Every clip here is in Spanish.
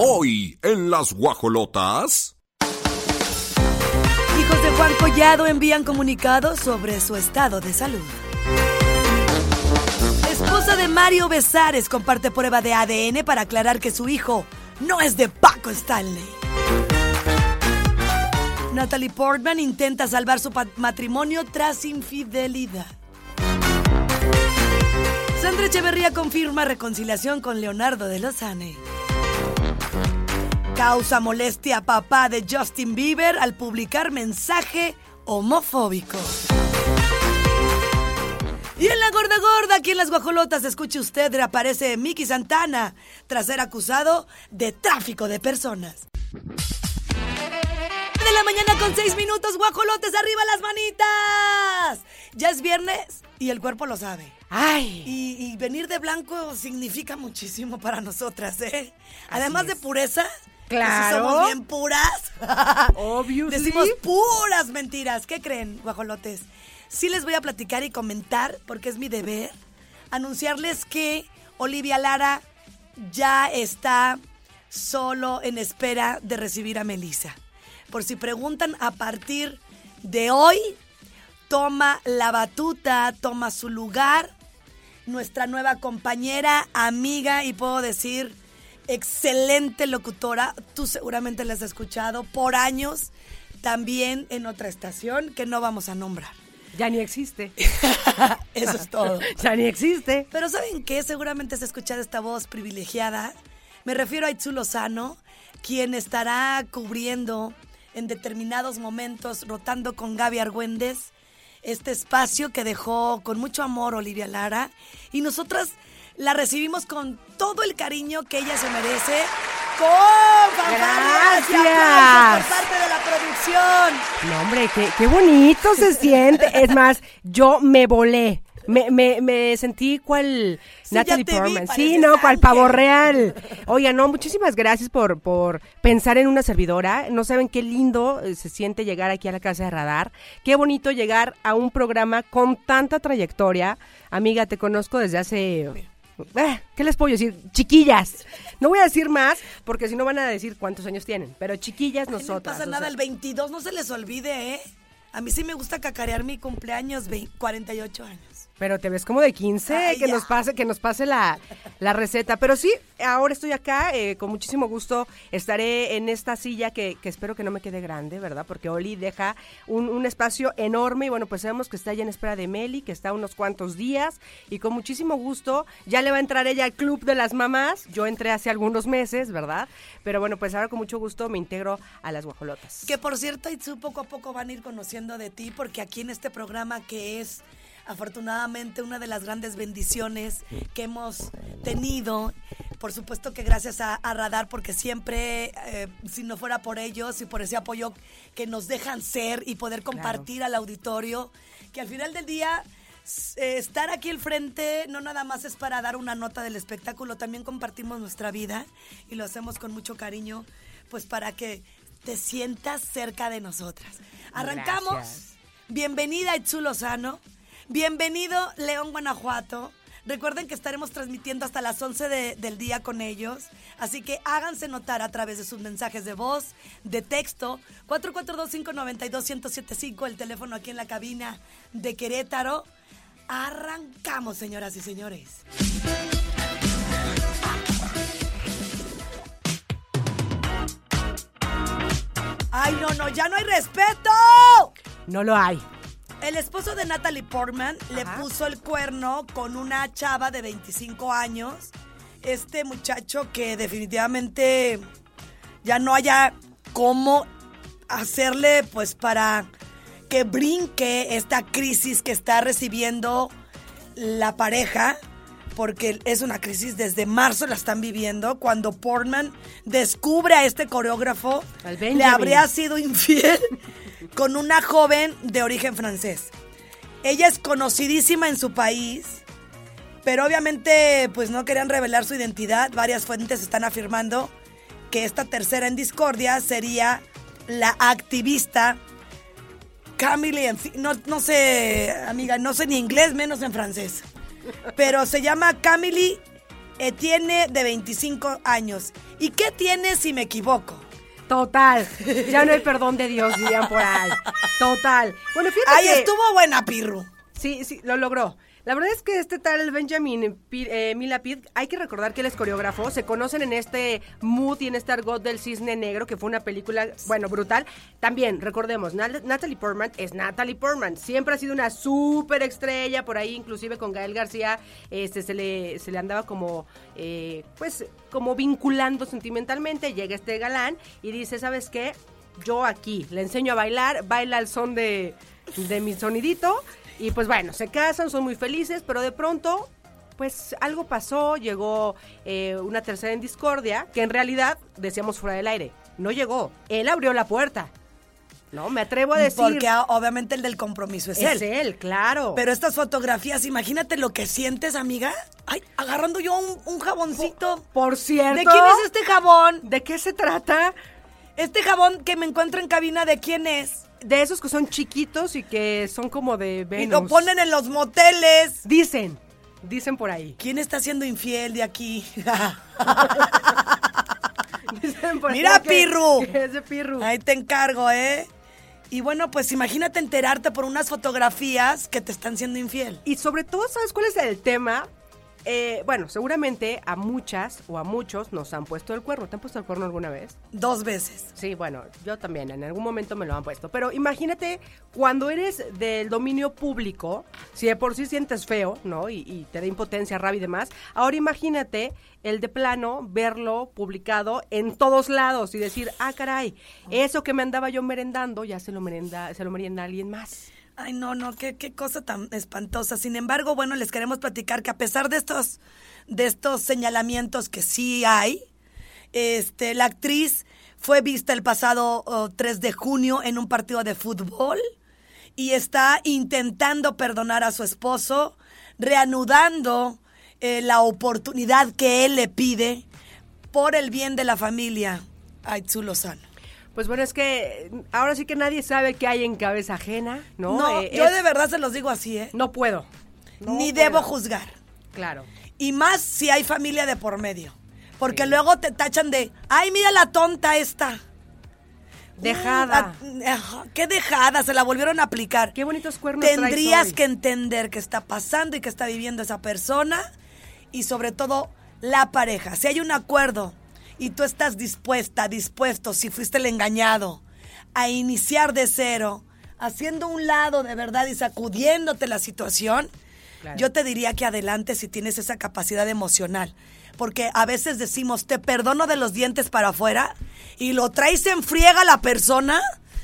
Hoy en Las Guajolotas. Hijos de Juan Collado envían comunicados sobre su estado de salud. Esposa de Mario Besares comparte prueba de ADN para aclarar que su hijo no es de Paco Stanley. Natalie Portman intenta salvar su matrimonio tras infidelidad. Sandra Echeverría confirma reconciliación con Leonardo de Lozane. Causa molestia a papá de Justin Bieber al publicar mensaje homofóbico. Y en la gorda, aquí en Las Guajolotas, escuche usted, reaparece Miki Santana tras ser acusado de tráfico de personas. De la mañana con 6 minutos, guajolotes, arriba las manitas. Ya es viernes y el cuerpo lo sabe. Ay. Y venir de blanco significa muchísimo para nosotras, ¿eh? Además de pureza. Claro. Que si somos bien puras. Obviously. Decimos puras mentiras. ¿Qué creen, guajolotes? Sí les voy a platicar y comentar, porque es mi deber, anunciarles que Olivia Lara ya está solo en espera de recibir a Melissa. Por si preguntan, a partir de hoy toma la batuta, toma su lugar, nuestra nueva compañera, amiga y puedo decir excelente locutora. Tú seguramente la has escuchado por años, también en otra estación que no vamos a nombrar. Ya ni existe. Eso es todo. Ya ni existe. Pero ¿saben qué? Seguramente has escuchado esta voz privilegiada. Me refiero a Itzu Lozano, quien estará cubriendo en determinados momentos, rotando con Gaby Argüendez, este espacio que dejó con mucho amor Olivia Lara. Y nosotras la recibimos con todo el cariño que ella se merece. ¡Con fanfarrias y aplausos por parte de la producción! No, hombre, qué bonito se siente. Es más, yo me volé. Me sentí cual Sí, Natalie ya te vi, Portman. Sí, pareces no, cual ángel. pavo real. Oiga, no, muchísimas gracias por pensar en una servidora. No saben qué lindo se siente llegar aquí a la Casa de Radar. Qué bonito llegar a un programa con tanta trayectoria. Amiga, te conozco desde hace... ¿Qué les puedo decir? Chiquillas. No voy a decir más porque si no van a decir cuántos años tienen. Pero chiquillas nosotras. No pasa nada, el 22 no se les olvide, ¿eh? A mí sí me gusta cacarear mi cumpleaños, 48 años. Pero te ves como de 15, Ay, que ya. nos pase la receta. Pero sí, ahora estoy acá, con muchísimo gusto estaré en esta silla que espero que no me quede grande, ¿verdad? Porque Oli deja un espacio enorme y bueno, pues sabemos que está ya en espera de Meli, que está unos cuantos días y con muchísimo gusto ya le va a entrar ella al club de las mamás. Yo entré hace algunos meses, ¿verdad? Pero bueno, pues ahora con mucho gusto me integro a Las Guajolotas. Que por cierto, Itzu, poco a poco van a ir conociendo de ti, porque aquí en este programa que es afortunadamente una de las grandes bendiciones que hemos tenido, por supuesto que gracias a Radar, porque siempre, si no fuera por ellos y por ese apoyo que nos dejan ser y poder compartir al auditorio, que al final del día estar aquí al frente no nada más es para dar una nota del espectáculo, también compartimos nuestra vida y lo hacemos con mucho cariño, pues para que te sientas cerca de nosotras. Arrancamos. Gracias. Bienvenida Itzu Lozano. Bienvenido León, Guanajuato. Recuerden que estaremos transmitiendo hasta las 11 del día con ellos, así que háganse notar a través de sus mensajes de voz, de texto, 442-592-1075, el teléfono aquí en la cabina de Querétaro. Arrancamos, señoras y señores. ¡Ay, no, ya no hay respeto! No lo hay. El esposo de Natalie Portman le puso el cuerno con una chava de 25 años. Este muchacho que definitivamente ya no haya cómo hacerle, pues, para que brinque esta crisis que está recibiendo la pareja, porque es una crisis desde marzo la están viviendo, cuando Portman descubre a este coreógrafo, le habría sido infiel con una joven de origen francés. Ella es conocidísima en su país, pero obviamente pues no querían revelar su identidad. Varias fuentes están afirmando que esta tercera en discordia sería la activista Camille, no sé, amiga, no sé ni inglés, menos en francés, pero se llama Camille Tiene de 25 años. ¿Y qué tiene si me equivoco? Total, ya no hay perdón de Dios, dirían por ahí. Total. Bueno, fíjate Ahí que... estuvo buena, Pirru. Sí, lo logró. La verdad es que este tal Benjamin Millepied, hay que recordar que él es coreógrafo, se conocen en este mood y en este argot del Cisne Negro, que fue una película, bueno, brutal. También, recordemos, Natalie Portman es Natalie Portman, siempre ha sido una súper estrella, por ahí inclusive con Gael García se le andaba como, pues, como vinculando sentimentalmente. Llega este galán y dice, ¿sabes qué? Yo aquí le enseño a bailar, baila al son de mi sonidito. Y pues bueno, se casan, son muy felices, pero de pronto, pues algo pasó, llegó una tercera en discordia, que en realidad, decíamos fuera del aire, no llegó, él abrió la puerta, ¿no? Me atrevo a decir... Porque obviamente el del compromiso es él. Es él, claro. Pero estas fotografías, imagínate lo que sientes, amiga. Ay, agarrando yo un jaboncito. Por cierto. ¿De quién es este jabón? ¿De qué se trata? Este jabón que me encuentro en cabina, ¿de quién es? De esos que son chiquitos y que son como de Venus. Y lo ponen en los moteles. Dicen por ahí. ¿Quién está siendo infiel de aquí? Dicen por Mira, ahí Pirru. que es de Pirru. Ahí te encargo, ¿eh? Y bueno, pues imagínate enterarte por unas fotografías que te están siendo infiel. Y sobre todo, ¿sabes cuál es el tema? Bueno, seguramente a muchas o a muchos nos han puesto el cuerno. ¿Te han puesto el cuerno alguna vez? 2 veces. Sí, bueno, yo también, en algún momento me lo han puesto. Pero imagínate, cuando eres del dominio público, si de por sí sientes feo, ¿no? Y te da impotencia, rabia y demás. Ahora imagínate el de plano, verlo publicado en todos lados y decir, ah, caray, eso que me andaba yo merendando, ya se lo merienda alguien más. Ay, no, qué cosa tan espantosa. Sin embargo, bueno, les queremos platicar que a pesar de estos señalamientos que sí hay, la actriz fue vista el pasado 3 de junio en un partido de fútbol y está intentando perdonar a su esposo, reanudando la oportunidad que él le pide por el bien de la familia. Aitzu Lozano. Pues bueno, es que ahora sí que nadie sabe qué hay en cabeza ajena, ¿no? No, yo de verdad se los digo así, ¿eh? No puedo. Ni debo juzgar. Claro. Y más si hay familia de por medio. Porque luego te tachan de, ay, mira la tonta esta. Dejada. Qué dejada, se la volvieron a aplicar. Qué bonitos cuernos Tendrías traes hoy. que entender qué está pasando y qué está viviendo esa persona. Y sobre todo, la pareja. Si hay un acuerdo y tú estás dispuesto, si fuiste el engañado, a iniciar de cero, haciendo un lado de verdad y sacudiéndote la situación, claro, yo te diría que adelante si tienes esa capacidad emocional. Porque a veces decimos, te perdono de los dientes para afuera, y lo traes en friega la persona,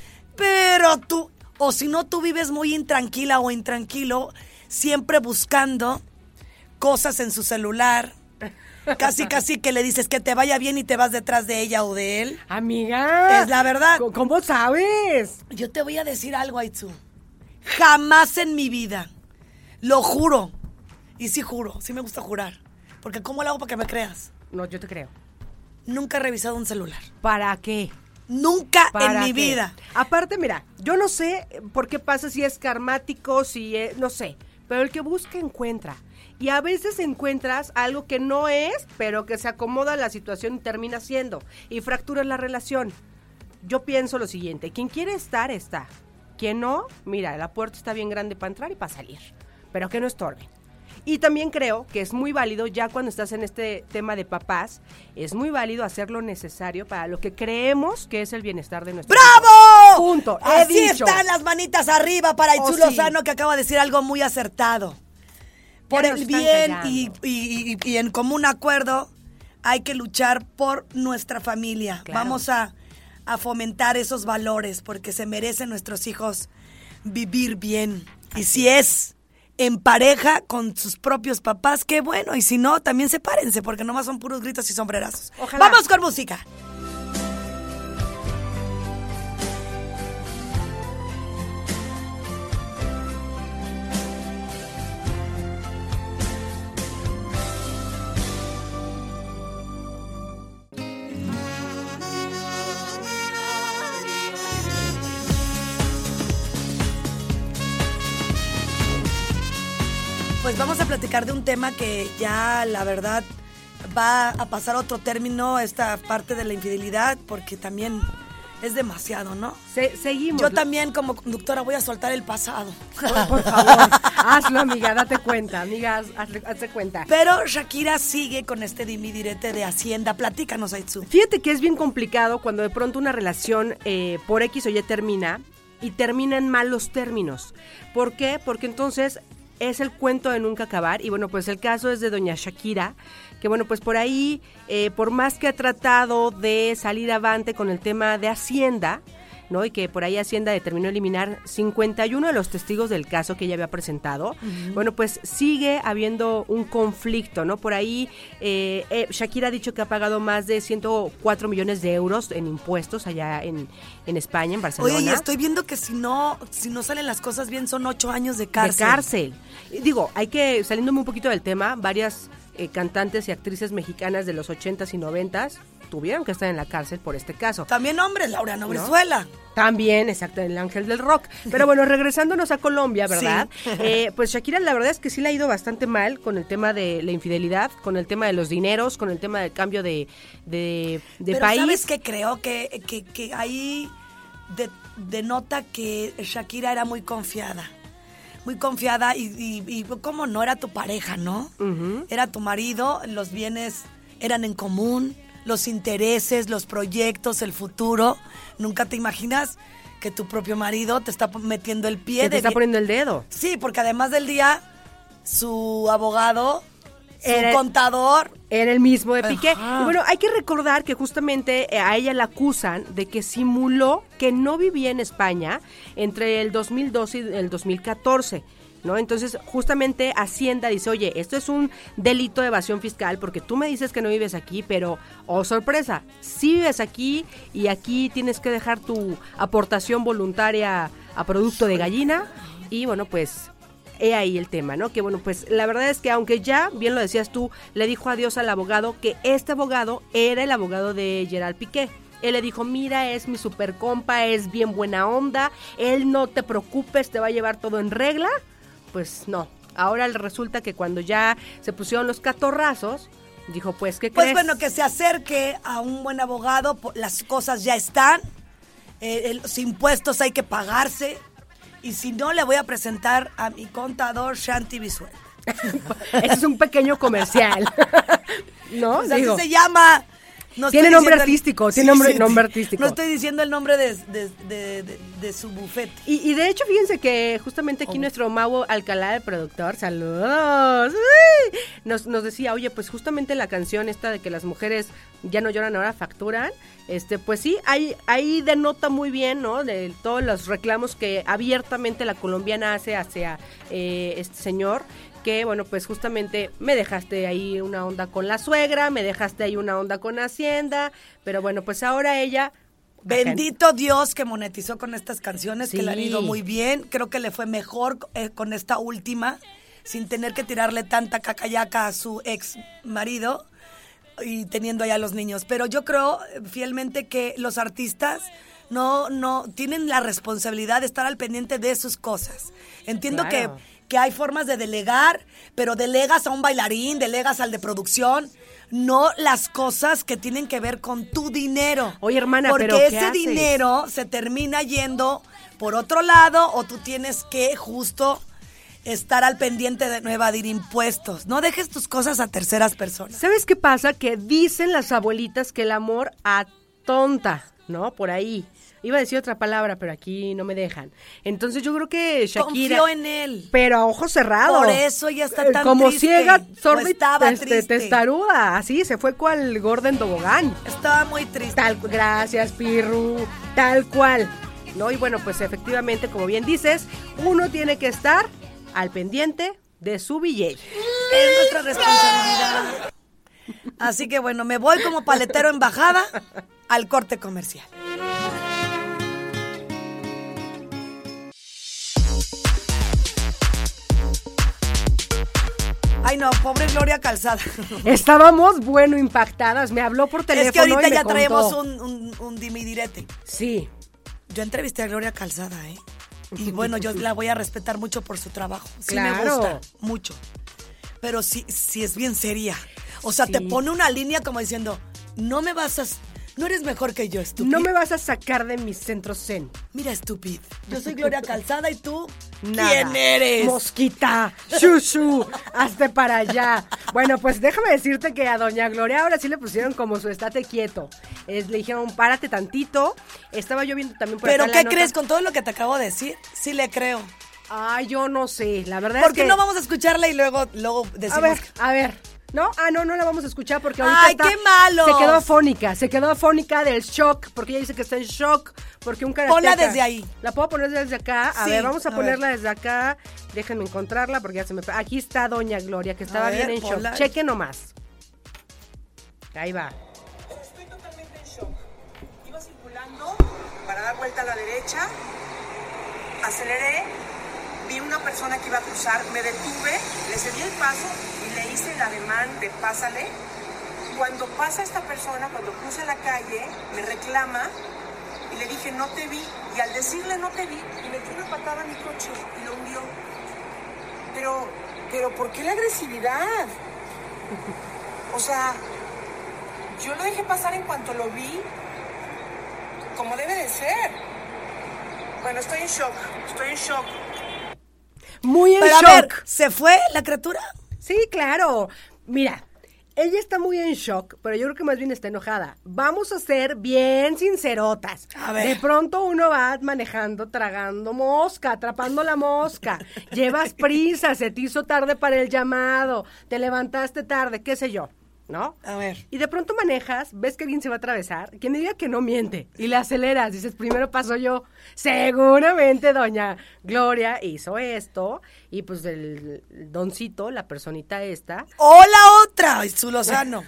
pero tú, o si no, tú vives muy intranquila o intranquilo, siempre buscando cosas en su celular, casi que le dices que te vaya bien y te vas detrás de ella o de él. Amiga. Es la verdad. ¿Cómo sabes? Yo te voy a decir algo, Aitzu. Jamás en mi vida, lo juro, y sí juro, sí me gusta jurar, porque ¿cómo lo hago para que me creas? No, yo te creo. Nunca he revisado un celular. ¿Para qué? Nunca en mi vida. Aparte, mira, yo no sé por qué pasa, si es karmático, si es, no sé, pero el que busca encuentra. Y a veces encuentras algo que no es, pero que se acomoda a la situación y termina siendo. Y fracturas la relación. Yo pienso lo siguiente, quien quiere estar, está. Quien no, mira, la puerta está bien grande para entrar y para salir. Pero que no estorben. Y también creo que es muy válido, ya cuando estás en este tema de papás, es muy válido hacer lo necesario para lo que creemos que es el bienestar de nuestros ¡Bravo! hijos. Punto. Así están las manitas arriba para Aitzu Lozano, que acaba de decir algo muy acertado. Por el bien y en común acuerdo hay que luchar por nuestra familia. Claro. Vamos a fomentar esos valores porque se merecen nuestros hijos vivir bien. Y si es en pareja con sus propios papás, qué bueno. Y si no, también sepárense porque nomás son puros gritos y sombrerazos. Ojalá. Vamos con música. Pues vamos a platicar de un tema que ya, la verdad, va a pasar otro término esta parte de la infidelidad, porque también es demasiado, ¿no? Seguimos. Yo también como conductora voy a soltar el pasado. Por favor, hazlo, amiga, date cuenta, amiga, hazte cuenta. Pero Shakira sigue con este dimi-direte de Hacienda. Platícanos, Aitsu. Fíjate que es bien complicado cuando de pronto una relación por X o Y termina y termina en malos términos. ¿Por qué? Porque entonces es el cuento de nunca acabar. Y bueno, pues el caso es de doña Shakira, que bueno, pues por ahí, por más que ha tratado de salir avante con el tema de Hacienda, ¿no? Y que por ahí Hacienda determinó eliminar 51 de los testigos del caso que ella había presentado. Bueno, pues sigue habiendo un conflicto, ¿no? Por ahí Shakira ha dicho que ha pagado más de 104 millones de euros en impuestos allá en España, en Barcelona. Oye, y estoy viendo que si no salen las cosas bien, son 8 años de cárcel. De cárcel. Digo, hay que, saliéndome un poquito del tema, varias cantantes y actrices mexicanas de los 80s y 90s tuvieron que estar en la cárcel por este caso. También hombres, Laureano Brizuela. También, exacto, el ángel del rock. Pero bueno, regresándonos a Colombia, ¿verdad? Sí. Pues Shakira, la verdad es que sí le ha ido bastante mal con el tema de la infidelidad, con el tema de los dineros, con el tema del cambio de Pero país. ¿sabes qué? Creo que ahí denota que Shakira era muy confiada. Muy confiada y cómo no, era tu pareja, ¿no? Uh-huh. Era tu marido, los bienes eran en común, los intereses, los proyectos, el futuro. Nunca te imaginas que tu propio marido te está metiendo el pie. Que te está poniendo el dedo. Sí, porque además del día, su abogado, su contador... Era el mismo de Piqué. Y bueno, hay que recordar que justamente a ella la acusan de que simuló que no vivía en España entre el 2012 y el 2014. ¿No? Entonces, justamente Hacienda dice, oye, esto es un delito de evasión fiscal porque tú me dices que no vives aquí, pero, oh sorpresa, sí vives aquí y aquí tienes que dejar tu aportación voluntaria a producto de gallina y bueno, pues... He ahí el tema, ¿no? Que bueno, pues la verdad es que aunque ya, bien lo decías tú, le dijo adiós al abogado, que este abogado era el abogado de Gerard Piqué. Él le dijo, mira, es mi super compa, es bien buena onda, él no te preocupes, te va a llevar todo en regla. Pues no, ahora resulta que cuando ya se pusieron los catorrazos, dijo, pues, ¿qué crees? Pues bueno, que se acerque a un buen abogado, las cosas ya están, los impuestos hay que pagarse. Y si no, le voy a presentar a mi contador Shanti Brizuela. Ese es un pequeño comercial. ¿No? Pues así se llama. No tiene nombre artístico, nombre artístico. No estoy diciendo el nombre de su bufete. Y de hecho, fíjense que justamente aquí nuestro Mau Alcalá, el productor, saludos, nos decía, oye, pues justamente la canción esta de que las mujeres ya no lloran, ahora facturan, pues sí, ahí denota muy bien, ¿no? De todos los reclamos que abiertamente la colombiana hace hacia este señor, que bueno, pues justamente me dejaste ahí una onda con la suegra, me dejaste ahí una onda con Hacienda, pero bueno, pues ahora ella... Bendito Dios que monetizó con estas canciones, sí, que le han ido muy bien, creo que le fue mejor con esta última, sin tener que tirarle tanta cacayaca a su ex marido y teniendo ya los niños, pero yo creo fielmente que los artistas no tienen la responsabilidad de estar al pendiente de sus cosas. Entiendo claro. que hay formas de delegar, pero delegas a un bailarín, delegas al de producción, no las cosas que tienen que ver con tu dinero. Oye, hermana, porque pero ¿qué ese haces? dinero se termina yendo por otro lado o tú tienes que justo estar al pendiente de no evadir impuestos. No dejes tus cosas a terceras personas. ¿Sabes qué pasa? Que dicen las abuelitas que el amor atonta, ¿no? Por ahí. Iba a decir otra palabra, pero aquí no me dejan. Entonces yo creo que Shakira... Confió en él. Pero a ojo cerrado. Por eso ella está tan como triste. ciega, sorda y estaba triste. testaruda. Así, se fue cual Gordon Tobogán. Estaba muy triste. Gracias, Pirru. Tal cual. ¿No? Y bueno, pues efectivamente, como bien dices, uno tiene que estar al pendiente de su billete. Es nuestra responsabilidad. Así que bueno, me voy como paletero en bajada al corte comercial. Ay, no, pobre Gloria Calzada. Estábamos, bueno, impactadas. Me habló por teléfono. Es que ahorita y me ya contó. traemos un dimidirete. Sí. Yo entrevisté a Gloria Calzada, Y bueno, yo la voy a respetar mucho por su trabajo. Sí, claro. me gusta, mucho. Pero sí es bien seria. O sea, Sí. te pone una línea como diciendo, no eres mejor que yo, estúpido. No me vas a sacar de mi centro zen. Mira, estúpido. Yo soy Gloria Calzada y tú, Nada. ¿quién eres? Mosquita, shushu, hazte para allá. Bueno, pues déjame decirte que a doña Gloria ahora sí le pusieron como su estate quieto. Le dijeron, párate tantito. Estaba yo viendo también por ¿Pero acá qué la crees nota. con todo lo que te acabo de decir? Sí le creo. Ay, yo no sé, la verdad ¿Por es qué que... no vamos a escucharla y luego decimos... A ver. ¿No? No la vamos a escuchar porque ahorita ¡Ay, qué malos! Se quedó afónica del shock, porque ella dice que está en shock, porque un karateca... Ponla desde ahí. ¿La puedo poner desde acá? A Sí, ver, vamos a a ponerla desde acá. Déjenme encontrarla porque ya se me... Aquí está doña Gloria, que estaba A ver, bien en ponla. shock. Cheque nomás. Ahí va. Estoy totalmente en shock. Iba circulando para dar vuelta a la derecha, aceleré, vi una persona que iba a cruzar, me detuve, le cedí el paso y le hice el ademán de pásale. Cuando pasa esta persona, cuando cruza la calle, me reclama y le dije no te vi, y al decirle no te vi, y me dio una patada a mi coche y lo hundió. Pero ¿por qué la agresividad? O sea, yo lo dejé pasar en cuanto lo vi, como debe de ser. Bueno, estoy en shock. Muy en Pero a shock. ver, ¿se fue la criatura? Sí, claro. Mira, ella está muy en shock, pero yo creo que más bien está enojada. Vamos a ser bien sincerotas. A ver. De pronto uno va manejando, tragando mosca, atrapando la mosca. Llevas prisa, se te hizo tarde para el llamado, te levantaste tarde, qué sé yo, ¿no? A ver. Y de pronto manejas, ves que alguien se va a atravesar, quien me diga que no miente, y le aceleras, dices, primero paso yo. Seguramente doña Gloria hizo esto, y pues el doncito, la personita esta, ¡O la otra! Su Lozano.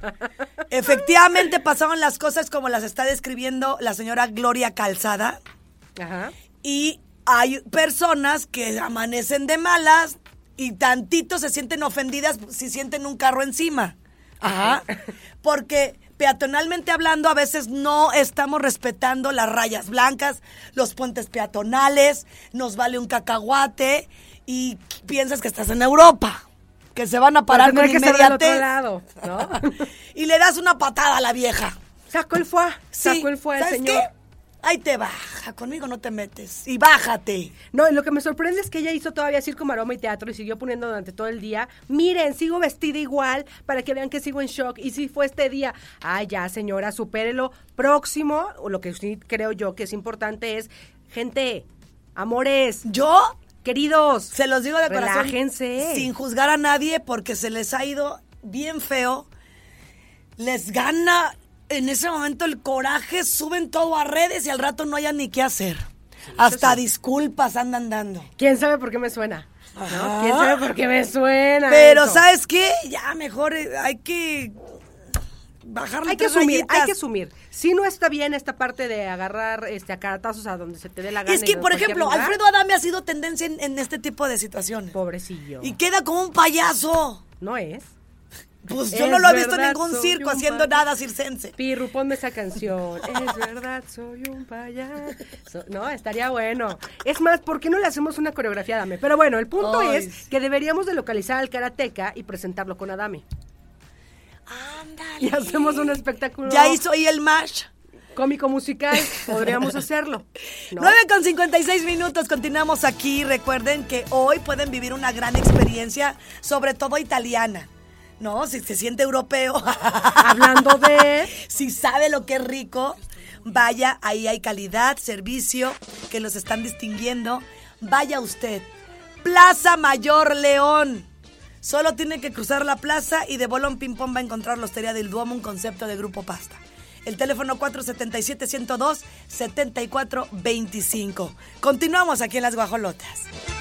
Efectivamente pasaron las cosas como las está describiendo la señora Gloria Calzada. ajá, Y hay personas que amanecen de malas y tantito se sienten ofendidas si sienten un carro encima. Ajá. Porque peatonalmente hablando a veces no estamos respetando las rayas blancas, los puentes peatonales, nos vale un cacahuate y piensas que estás en Europa, que se van a parar con tendrá que ser del otro inmediatez. lado, ¿no? Y le das una patada a la vieja. Sacó el foie, Sí, sacó el foie el ¿sabes señor. qué? Ahí te baja, conmigo no te metes. Y bájate. No, y lo que me sorprende es que ella hizo todavía circo, maroma y teatro y siguió poniendo durante todo el día. Miren, sigo vestida igual para que vean que sigo en shock. Y si fue este día, ay, ya, señora, supérelo. Próximo, o lo que sí creo yo que es importante es, gente, amores, Yo queridos, se los digo de corazón. relájense. Sin juzgar a nadie porque se les ha ido bien feo. Les gana en ese momento el coraje, suben todo a redes y al rato no hayan ni qué hacer. Hasta disculpas andan dando. ¿Quién sabe por qué me suena? ¿No? Ajá. ¿Quién sabe por qué me suena? Pero eso? ¿sabes qué? Ya mejor hay que bajarle Hay que tres asumir, rayitas. hay que asumir. Si no está bien esta parte de agarrar a caratazos a donde se te dé la gana. Es y que, en por cualquier ejemplo, lugar. Alfredo Adame ha sido tendencia en este tipo de situaciones. Pobrecillo. Y queda como un payaso. No es. Pues yo Es no lo he visto en verdad, ningún soy circo un haciendo payaso. nada circense. Pirru, ponme esa canción. Es verdad, soy un payaso. No, estaría bueno. Es más, ¿por qué no le hacemos una coreografía a Adame? Pero bueno, el punto Ay. es que deberíamos de localizar al karateca y presentarlo con Adame. Ándale. Y hacemos un espectáculo Ya hizo ahí el mash. cómico musical. Podríamos hacerlo. ¿no? 9:56 continuamos aquí. Recuerden que hoy pueden vivir una gran experiencia, sobre todo italiana. ¿No? Si se siente europeo. Hablando de... Si sabe lo que es rico, vaya, ahí hay calidad, servicio, que los están distinguiendo. Vaya usted. Plaza Mayor León. Solo tiene que cruzar la plaza y de bolón ping-pong va a encontrar la Hostería del Duomo, un concepto de Grupo Pasta. El teléfono 477-102-7425. Continuamos aquí en Las Guajolotas.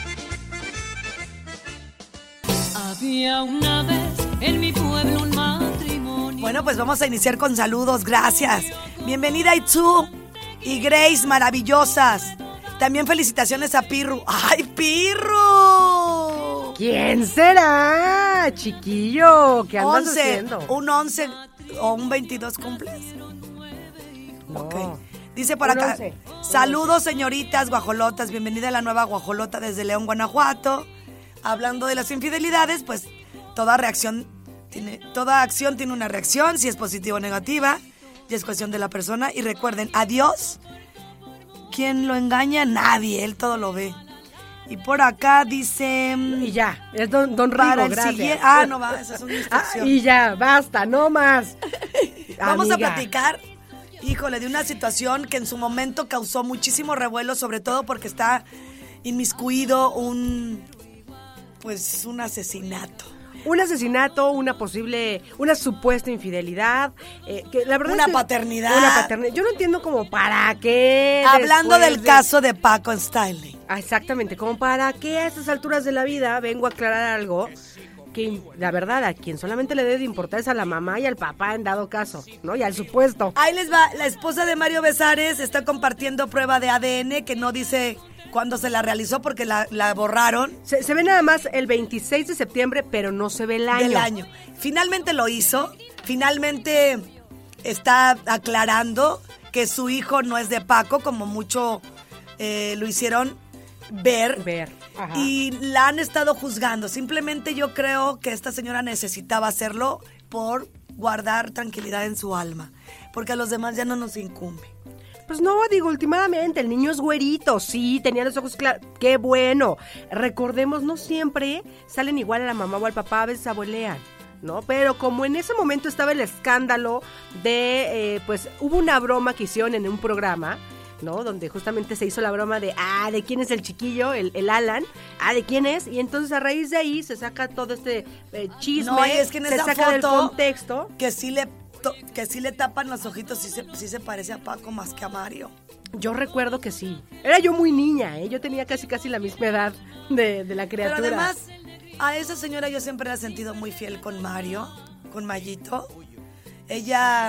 Había una vez en mi pueblo un matrimonio. Bueno, pues vamos a iniciar con saludos, gracias. Bienvenida Itzu y Grace, maravillosas. También felicitaciones a Pirru. ¡Ay, Pirru! ¿Quién será, chiquillo? ¿Qué andas 11, haciendo? un 11 o un 22 cumples. No. Ok. Dice por Un acá, 11. saludos señoritas guajolotas, bienvenida a la nueva guajolota desde León, Guanajuato. Hablando de las infidelidades, pues toda reacción Toda acción tiene una reacción, si es positiva o negativa, y es cuestión de la persona. Y recuerden, a Dios, ¿quién lo engaña? Nadie, Él todo lo ve. Y por acá dice... Y ya, es don Rigo, para el gracias. siguiente... no va, esa es una instrucción. Y ya, basta, no más. Vamos a Amiga. platicar, híjole, de una situación que en su momento causó muchísimo revuelo, sobre todo porque está inmiscuido un asesinato. Un asesinato, una supuesta infidelidad, que la verdad Una es que paternidad. Yo no entiendo como para qué. Hablando después del caso de Paco Stanley. Exactamente, como para qué a estas alturas de la vida vengo a aclarar algo que la verdad a quien solamente le debe de importar es a la mamá y al papá en dado caso, ¿no? Y al supuesto. Ahí les va, la esposa de Mario Besares está compartiendo prueba de ADN que no dice cuándo se la realizó porque la borraron. Se ve nada más el 26 de septiembre, pero no se ve el año. Del año. Finalmente lo hizo, finalmente está aclarando que su hijo no es de Paco, como mucho lo hicieron ver. Ajá. Y la han estado juzgando. Simplemente yo creo que esta señora necesitaba hacerlo por guardar tranquilidad en su alma, porque a los demás ya no nos incumbe. Pues no, digo, últimamente el niño es güerito, sí, tenía los ojos claros, qué bueno. Recordemos, no siempre salen igual a la mamá o al papá, a veces abuelean, ¿no? Pero como en ese momento estaba el escándalo de, pues hubo una broma que hicieron en un programa, ¿no? Donde justamente se hizo la broma de quién es el chiquillo, el Alan, de quién es, y entonces a raíz de ahí se saca todo este chisme, No, y es que en se esa saca del foto contexto. que sí le tapan los ojitos, sí se parece a Paco más que a Mario. Yo recuerdo que sí. Era yo muy niña, yo tenía casi la misma edad de la criatura. Pero además, a esa señora yo siempre la he sentido muy fiel con Mario, con Mayito. Ella,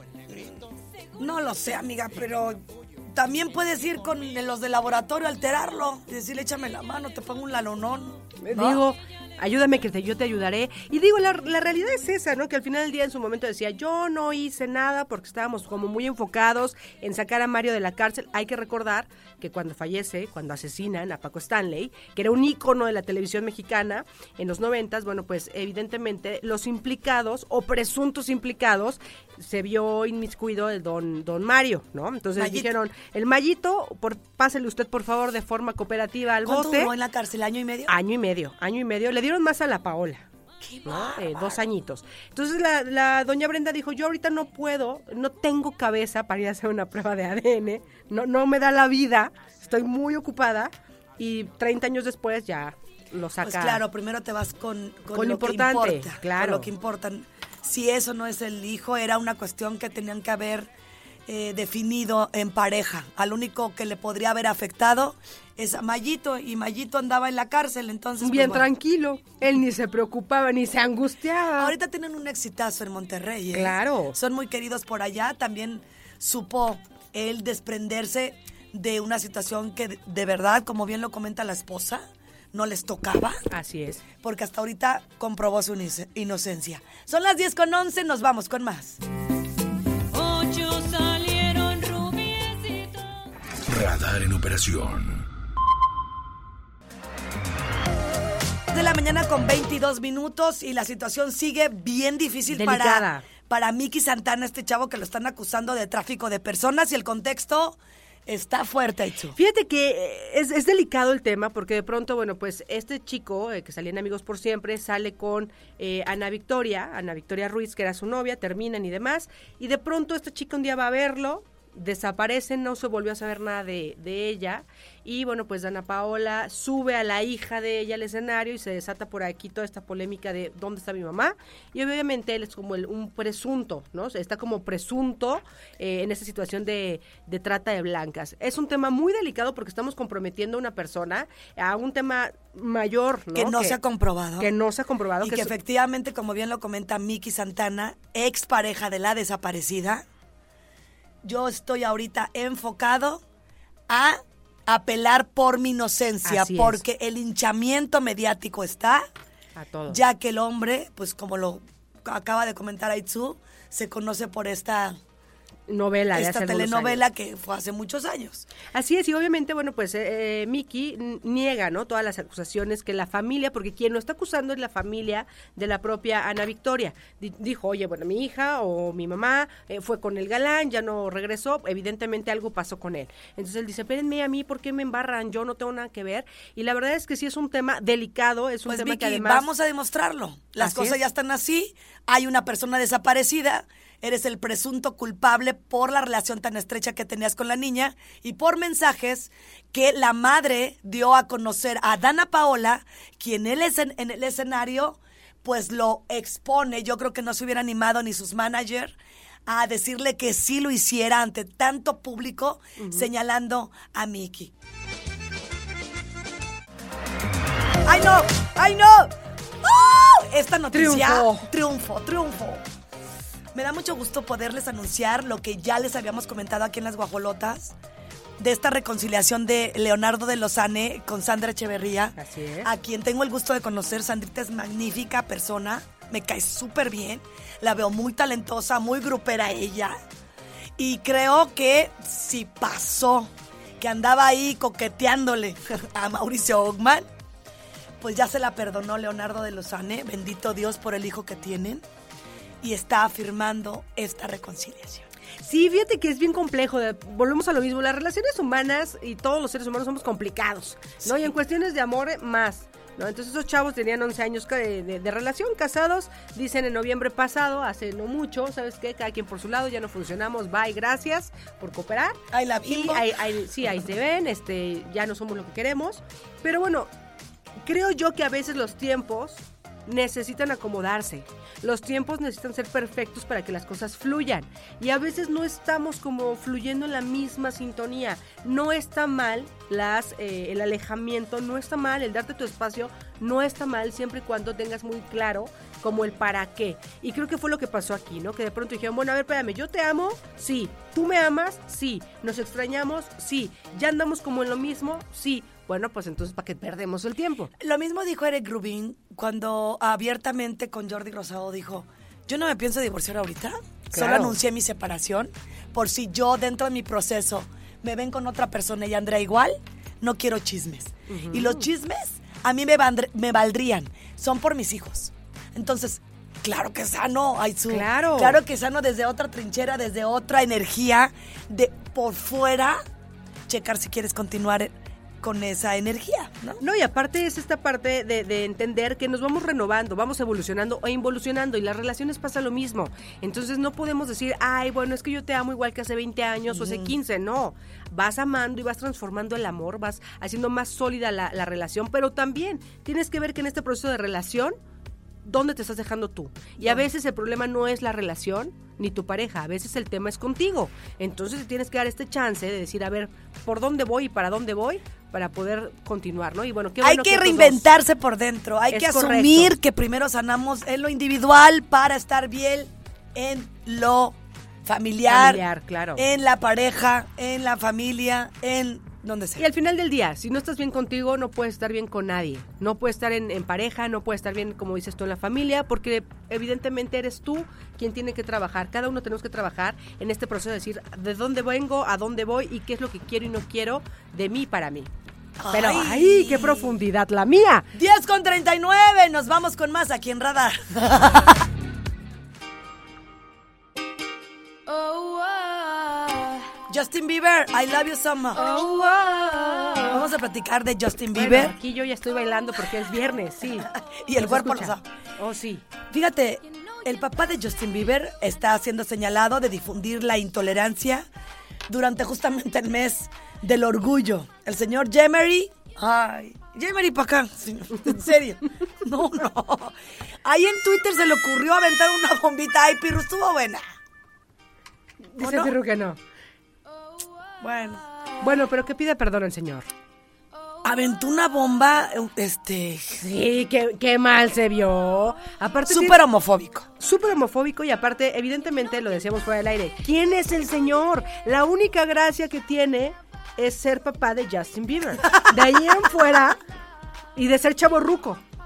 no lo sé, amiga, pero también puedes ir con los de laboratorio a alterarlo y decirle, échame la mano, te pongo un lalonón, ¿no? Digo, ayúdame que yo te ayudaré. Y digo, la realidad es esa, ¿no? Que al final del día en su momento decía, yo no hice nada porque estábamos como muy enfocados en sacar a Mario de la cárcel. Hay que recordar que cuando fallece, cuando asesinan a Paco Stanley, que era un ícono de la televisión mexicana en los 90s, bueno, pues evidentemente los implicados o presuntos implicados se vio inmiscuido el don Mario, ¿no? Entonces Mayito. dijeron, el Mayito, pásele usted por favor de forma cooperativa al ¿Cuánto bote. duró en la cárcel? ¿Año y medio? Año y medio. Le dieron más a la Paola, ¿no? 2 añitos. Entonces la doña Brenda dijo, yo ahorita no puedo, no tengo cabeza para ir a hacer una prueba de ADN, no me da la vida, estoy muy ocupada, y 30 años después ya lo saca. Pues claro, primero te vas con Con lo importante, que importa, claro. con lo que importa. Si eso no es el hijo, era una cuestión que tenían que haber definido en pareja. Al único que le podría haber afectado es a Mayito, y Mayito andaba en la cárcel, entonces... Bien pues, bueno. tranquilo, él ni se preocupaba, ni se angustiaba. Ahorita tienen un exitazo en Monterrey, ¿eh? Claro. Son muy queridos por allá. También supo él desprenderse de una situación que de verdad, como bien lo comenta la esposa, no les tocaba. Así es. Porque hasta ahorita comprobó su inocencia. Son las 10:11, nos vamos con más. 8 salieron rubiecitos. Radar en operación. De la mañana con 22 minutos y la situación sigue bien difícil Delicada. para Miki Santana, este chavo que lo están acusando de tráfico de personas, y el contexto está fuerte, Itzu. Fíjate que es delicado el tema porque de pronto, bueno, pues este chico que salía en Amigos por Siempre sale con Ana Victoria Ruiz, que era su novia, terminan y demás, y de pronto esta chica un día va a verlo, desaparece, no se volvió a saber nada de ella, y bueno, pues Dana Paola sube a la hija de ella al escenario y se desata por aquí toda esta polémica de dónde está mi mamá, y obviamente él es como un presunto, ¿no? Está como presunto en esta situación de trata de blancas. Es un tema muy delicado porque estamos comprometiendo a una persona a un tema mayor, ¿no? Que no se ha comprobado. Que no se ha comprobado. Y que efectivamente, como bien lo comenta Miki Santana, ex pareja de la desaparecida, yo estoy ahorita enfocado a apelar por mi inocencia, Así es. porque el hinchamiento mediático está, a todo. ya que el hombre, pues como lo acaba de comentar Aitzu, se conoce por esta novela de esta hace algunos telenovela años. que fue hace muchos años. Así es, y obviamente, bueno, pues Miki niega, ¿no? Todas las acusaciones que la familia, porque quien lo está acusando es la familia de la propia Ana Victoria. Dijo, oye, bueno, mi hija o mi mamá fue con el galán, ya no regresó, evidentemente algo pasó con él. Entonces él dice, espérenme a mí, ¿por qué me embarran? Yo no tengo nada que ver. Y la verdad es que sí es un tema delicado, es un Pues tema Vicky, que además... vamos a demostrarlo. Las Así cosas es. ya están así, hay una persona desaparecida, eres el presunto culpable por la relación tan estrecha que tenías con la niña y por mensajes que la madre dio a conocer a Dana Paola, quien él es en el escenario, pues lo expone. Yo creo que no se hubiera animado ni sus managers a decirle que sí lo hiciera ante tanto público, señalando a Miki. ¡Ay, no! ¡Ay, no! ¡Oh! Esta noticia... Triunfo. Me da mucho gusto poderles anunciar lo que ya les habíamos comentado aquí en Las Guajolotas, de esta reconciliación de Leonardo de Lozane con Sandra Echeverría. Así es. A quien tengo el gusto de conocer. Sandrita es magnífica persona, me cae súper bien, la veo muy talentosa, muy grupera ella. Y creo que si pasó que andaba ahí coqueteándole a Mauricio Ockman, pues ya se la perdonó Leonardo de Lozane, bendito Dios por el hijo que tienen, y está afirmando esta reconciliación. Sí, fíjate que es bien complejo, volvemos a lo mismo, las relaciones humanas y todos los seres humanos somos complicados, ¿no? Sí. Y en cuestiones de amor más, ¿no? Entonces esos chavos tenían 11 años de relación, casados, dicen en noviembre pasado, hace no mucho, ¿sabes qué? Cada quien por su lado, ya no funcionamos, bye, gracias por cooperar. Ahí la Y Bimbo. ahí se ven, ya no somos lo que queremos, pero bueno, creo yo que a veces los tiempos necesitan acomodarse. Los tiempos necesitan ser perfectos para que las cosas fluyan. Y a veces no estamos como fluyendo en la misma sintonía. No está mal el alejamiento, no está mal el darte tu espacio, no está mal siempre y cuando tengas muy claro como el para qué. Y creo que fue lo que pasó aquí, ¿no? Que de pronto dijeron, bueno, a ver, espérame, yo te amo, sí. ¿Tú me amas? Sí. ¿Nos extrañamos? Sí. ¿Ya andamos como en lo mismo? Sí. Bueno, pues entonces, ¿para qué perdemos el tiempo? Lo mismo dijo Eric Rubin cuando abiertamente con Jordi Rosado dijo, yo no me pienso divorciar ahorita, solo Claro. anuncié mi separación, por si yo dentro de mi proceso me ven con otra persona y Andrea igual, no quiero chismes. Y los chismes a mí me valdrían, son por mis hijos. Entonces, claro que sano, claro que sano desde otra trinchera, desde otra energía, de por fuera, checar si quieres continuar con esa energía, ¿no? No, y aparte es esta parte de entender que nos vamos renovando, vamos evolucionando e involucionando, y las relaciones pasa lo mismo. Entonces no podemos decir, ay, bueno, es que yo te amo igual que hace 20 años o hace 15, no. Vas amando y vas transformando el amor, vas haciendo más sólida la relación, pero también tienes que ver que en este proceso de relación, ¿dónde te estás dejando tú? Y a veces el problema no es la relación ni tu pareja, a veces el tema es contigo. Entonces te tienes que dar este chance de decir, a ver, ¿por dónde voy y para dónde voy? Para poder continuar, ¿no? Y bueno, qué bueno hay que estos reinventarse por dentro, hay Es que correcto. asumir que primero sanamos en lo individual para estar bien en lo familiar, claro. en la pareja, en la familia, en donde sea. Y al final del día, si no estás bien contigo, no puedes estar bien con nadie. No puedes estar en pareja, no puedes estar bien, como dices tú, en la familia, porque evidentemente eres tú quien tiene que trabajar. Cada uno tenemos que trabajar en este proceso de decir de dónde vengo, a dónde voy y qué es lo que quiero y no quiero de mí para mí. Pero, ¡ay, qué profundidad la mía! 10:39, nos vamos con más aquí en Radar. Justin Bieber, I love you so much. Vamos a platicar de Justin Bueno, Bieber. aquí yo ya estoy bailando porque es viernes, sí. Y el ¿Se cuerpo escucha? lo sabe. Oh, sí. Fíjate, el papá de Justin Bieber está siendo señalado de difundir la intolerancia durante justamente el mes del orgullo. El señor Jemery, Jemery para acá, señor, en serio. No. Ahí en Twitter se le ocurrió aventar una bombita. Ay, Pirru, estuvo buena. Dice no? Pirru que no. Bueno, pero que pida perdón el señor. Aventó una bomba, Sí, qué mal se vio. Aparte súper homofóbico. Súper homofóbico y aparte, evidentemente, lo decíamos fuera del aire. ¿Quién es el señor? La única gracia que tiene es ser papá de Justin Bieber. De ahí en fuera y de ser chavorruco.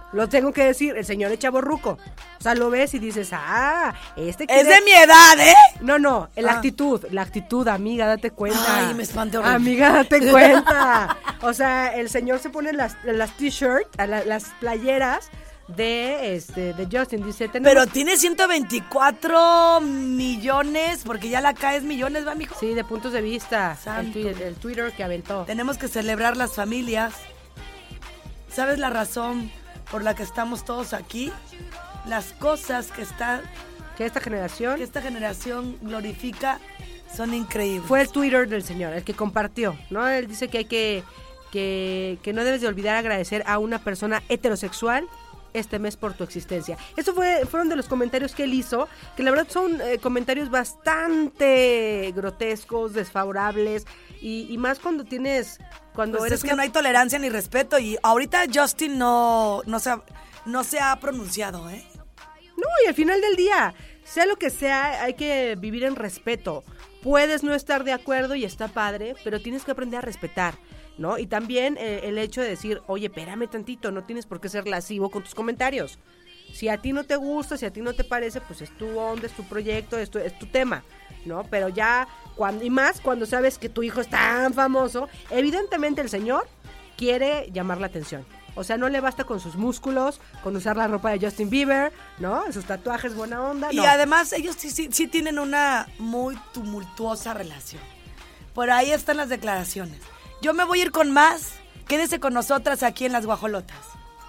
Lo tengo que decir, el señor es chavorruco. O sea, lo ves y dices, Es de mi edad, ¿eh? No, la actitud, amiga, date cuenta. Ay, me espanté horrible. Amiga, date cuenta. O sea, el señor se pone las t-shirts, las playeras de Justin, dice. Pero tiene 124 millones, porque ya la K es millones, ¿va, mijo? Sí, de puntos de vista. Santo. El Twitter que aventó. Tenemos que celebrar las familias. ¿Sabes la razón por la que estamos todos aquí? Las cosas que esta generación glorifica son increíbles. Fue el Twitter del señor, el que compartió, ¿no? Él dice que hay que no debes de olvidar agradecer a una persona heterosexual este mes por tu existencia. Eso fueron de los comentarios que él hizo, que la verdad son comentarios bastante grotescos, desfavorables, y más cuando tienes... Cuando pues eres es que no hay tolerancia ni respeto, y ahorita Justin no se ha pronunciado, ¿eh? No, y al final del día, sea lo que sea, hay que vivir en respeto. Puedes no estar de acuerdo y está padre, pero tienes que aprender a respetar, ¿no? Y también el hecho de decir, oye, espérame tantito, no tienes por qué ser lascivo con tus comentarios. Si a ti no te gusta, si a ti no te parece, pues es tu onda, es tu proyecto, es tu tema, ¿no? Pero ya, cuando sabes que tu hijo es tan famoso, evidentemente el señor quiere llamar la atención. O sea, no le basta con sus músculos, con usar la ropa de Justin Bieber, ¿no? Sus tatuajes, buena onda, y no. además ellos sí tienen una muy tumultuosa relación. Por ahí están las declaraciones. Yo me voy a ir con más. Quédese con nosotras aquí en Las Guajolotas.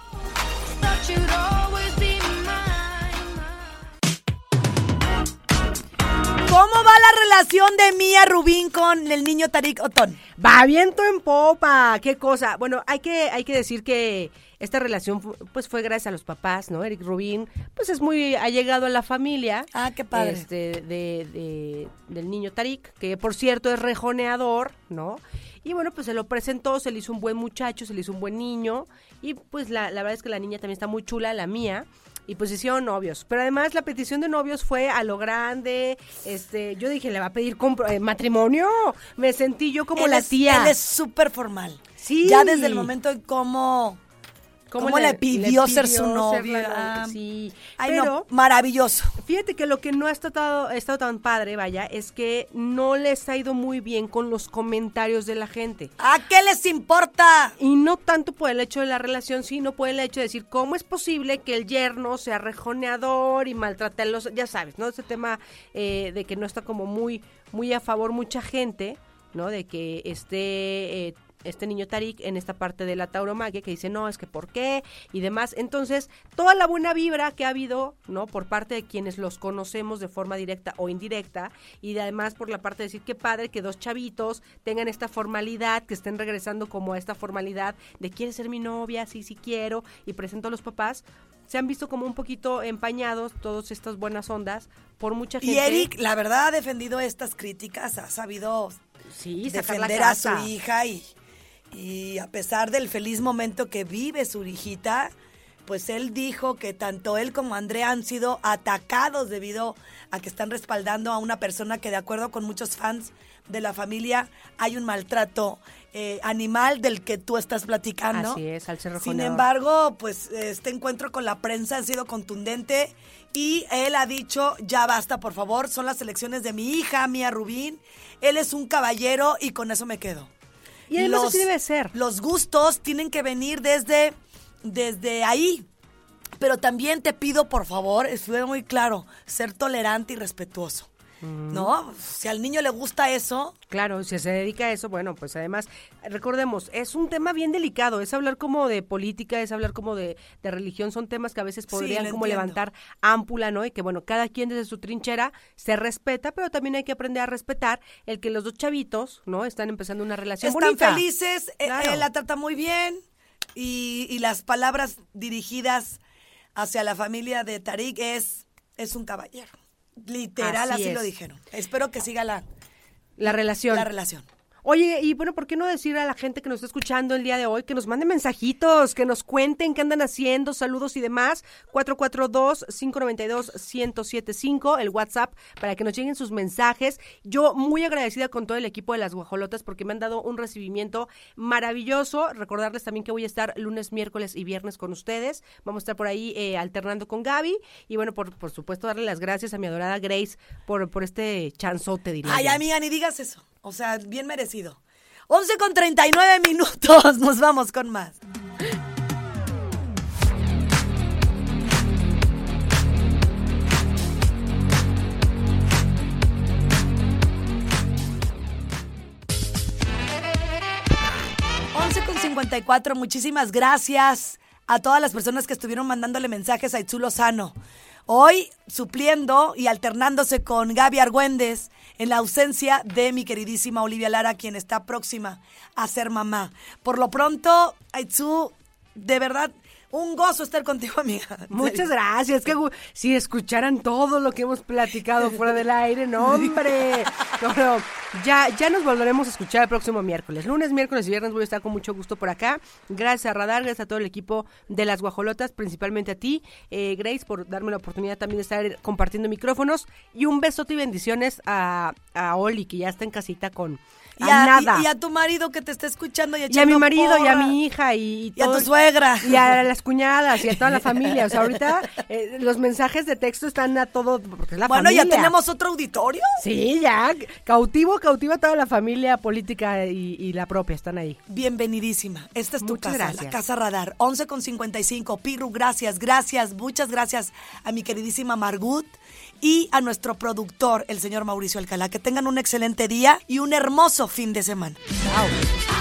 ¿Cómo va la relación de Mía Rubín con el niño Tariq Otón? Va viento en popa, qué cosa. Bueno, hay que decir que esta relación pues fue gracias a los papás, ¿no? Eric Rubin pues es muy allegado a la familia. Ah, qué padre. Del niño Tariq, que por cierto es rejoneador, ¿no? Y bueno, pues se lo presentó, se le hizo un buen muchacho, se le hizo un buen niño, y pues la verdad es que la niña también está muy chula, la Mía. Y pues hicieron novios, pero además la petición de novios fue a lo grande. Yo dije, ¿le va a pedir matrimonio? Me sentí yo como la tía. Él es súper formal. Sí. Ya desde el momento en cómo le pidió ser su novia. Sí. Ay, pero no, maravilloso. Fíjate que lo que no ha estado tan padre, vaya, es que no les ha ido muy bien con los comentarios de la gente. ¿A qué les importa? Y no tanto por el hecho de la relación, sino por el hecho de decir, ¿cómo es posible que el yerno sea rejoneador y maltrate a los... Ya sabes, ¿no? Ese tema de que no está como muy, muy a favor mucha gente, ¿no? De que este niño Tariq en esta parte de la tauromaquia, que dice, no, es que ¿por qué? Y demás. Entonces, toda la buena vibra que ha habido, ¿no? Por parte de quienes los conocemos de forma directa o indirecta, y además por la parte de decir, qué padre que dos chavitos tengan esta formalidad, que estén regresando como a esta formalidad de ¿quieres ser mi novia? Sí, sí quiero, y presento a los papás. Se han visto como un poquito empañados todas estas buenas ondas por mucha gente. Y Eric, la verdad, ha defendido estas críticas, ha sabido defender a su hija y a pesar del feliz momento que vive su hijita, pues él dijo que tanto él como Andrea han sido atacados debido a que están respaldando a una persona que, de acuerdo con muchos fans de la familia, hay un maltrato animal del que tú estás platicando. Así es, al ser rejoneador. Sin embargo, pues este encuentro con la prensa ha sido contundente y él ha dicho, ya basta, por favor, son las elecciones de mi hija, Mía Rubín. Él es un caballero y con eso me quedo. Y además así debe ser. Los gustos tienen que venir desde ahí. Pero también te pido, por favor, estuve muy claro, ser tolerante y respetuoso. ¿No? Si al niño le gusta eso. Claro, si se dedica a eso, bueno, pues además, recordemos, es un tema bien delicado, es hablar como de política, es hablar como de religión, son temas que a veces podrían como levantar ámpula, ¿no? Y que bueno, cada quien desde su trinchera se respeta, pero también hay que aprender a respetar el que los dos chavitos, ¿no? Están empezando una relación bonita. Están felices, claro. Él la trata muy bien y las palabras dirigidas hacia la familia de Tariq es un caballero. Literal, así lo dijeron. Espero que siga la relación. Oye, y bueno, ¿por qué no decir a la gente que nos está escuchando el día de hoy que nos mande mensajitos, que nos cuenten qué andan haciendo, saludos y demás? 442-592-1075, el WhatsApp, para que nos lleguen sus mensajes. Yo muy agradecida con todo el equipo de Las Guajolotas porque me han dado un recibimiento maravilloso. Recordarles también que voy a estar lunes, miércoles y viernes con ustedes. Vamos a estar por ahí alternando con Gaby. Y bueno, por supuesto, darle las gracias a mi adorada Grace por este chanzote, diría Ay, yo. amiga, ni digas eso. O sea, bien merecido. 11:39. Nos vamos con más. Con 54, muchísimas gracias a todas las personas que estuvieron mandándole mensajes a Itzu Lozano. Hoy supliendo y alternándose con Gaby Argüendes en la ausencia de mi queridísima Olivia Lara, quien está próxima a ser mamá. Por lo pronto, Itzu, de verdad, un gozo estar contigo, amiga. Muchas gracias. Si escucharan todo lo que hemos platicado fuera del aire, no, hombre. No, ya nos volveremos a escuchar el próximo miércoles. Lunes, miércoles y viernes voy a estar con mucho gusto por acá. Gracias a Radar, gracias a todo el equipo de Las Guajolotas, principalmente a ti, Grace, por darme la oportunidad también de estar compartiendo micrófonos. Y un besote y bendiciones a Oli, que ya está en casita con... Y a tu marido que te está escuchando y a mi marido y a mi hija y a tu suegra y a las cuñadas y a toda la familia. O sea, ahorita los mensajes de texto están a todo porque es la familia. ¿Ya tenemos otro auditorio? Sí, ya. Cautiva a toda la familia política y la propia, están ahí. Bienvenidísima. Esta es tu Muchas casa, gracias. La Casa Radar. 11:55. Pirru, gracias, muchas gracias a mi queridísima Margut y a nuestro productor, el señor Mauricio Alcalá. Que tengan un excelente día y un hermoso fin de semana. Chao.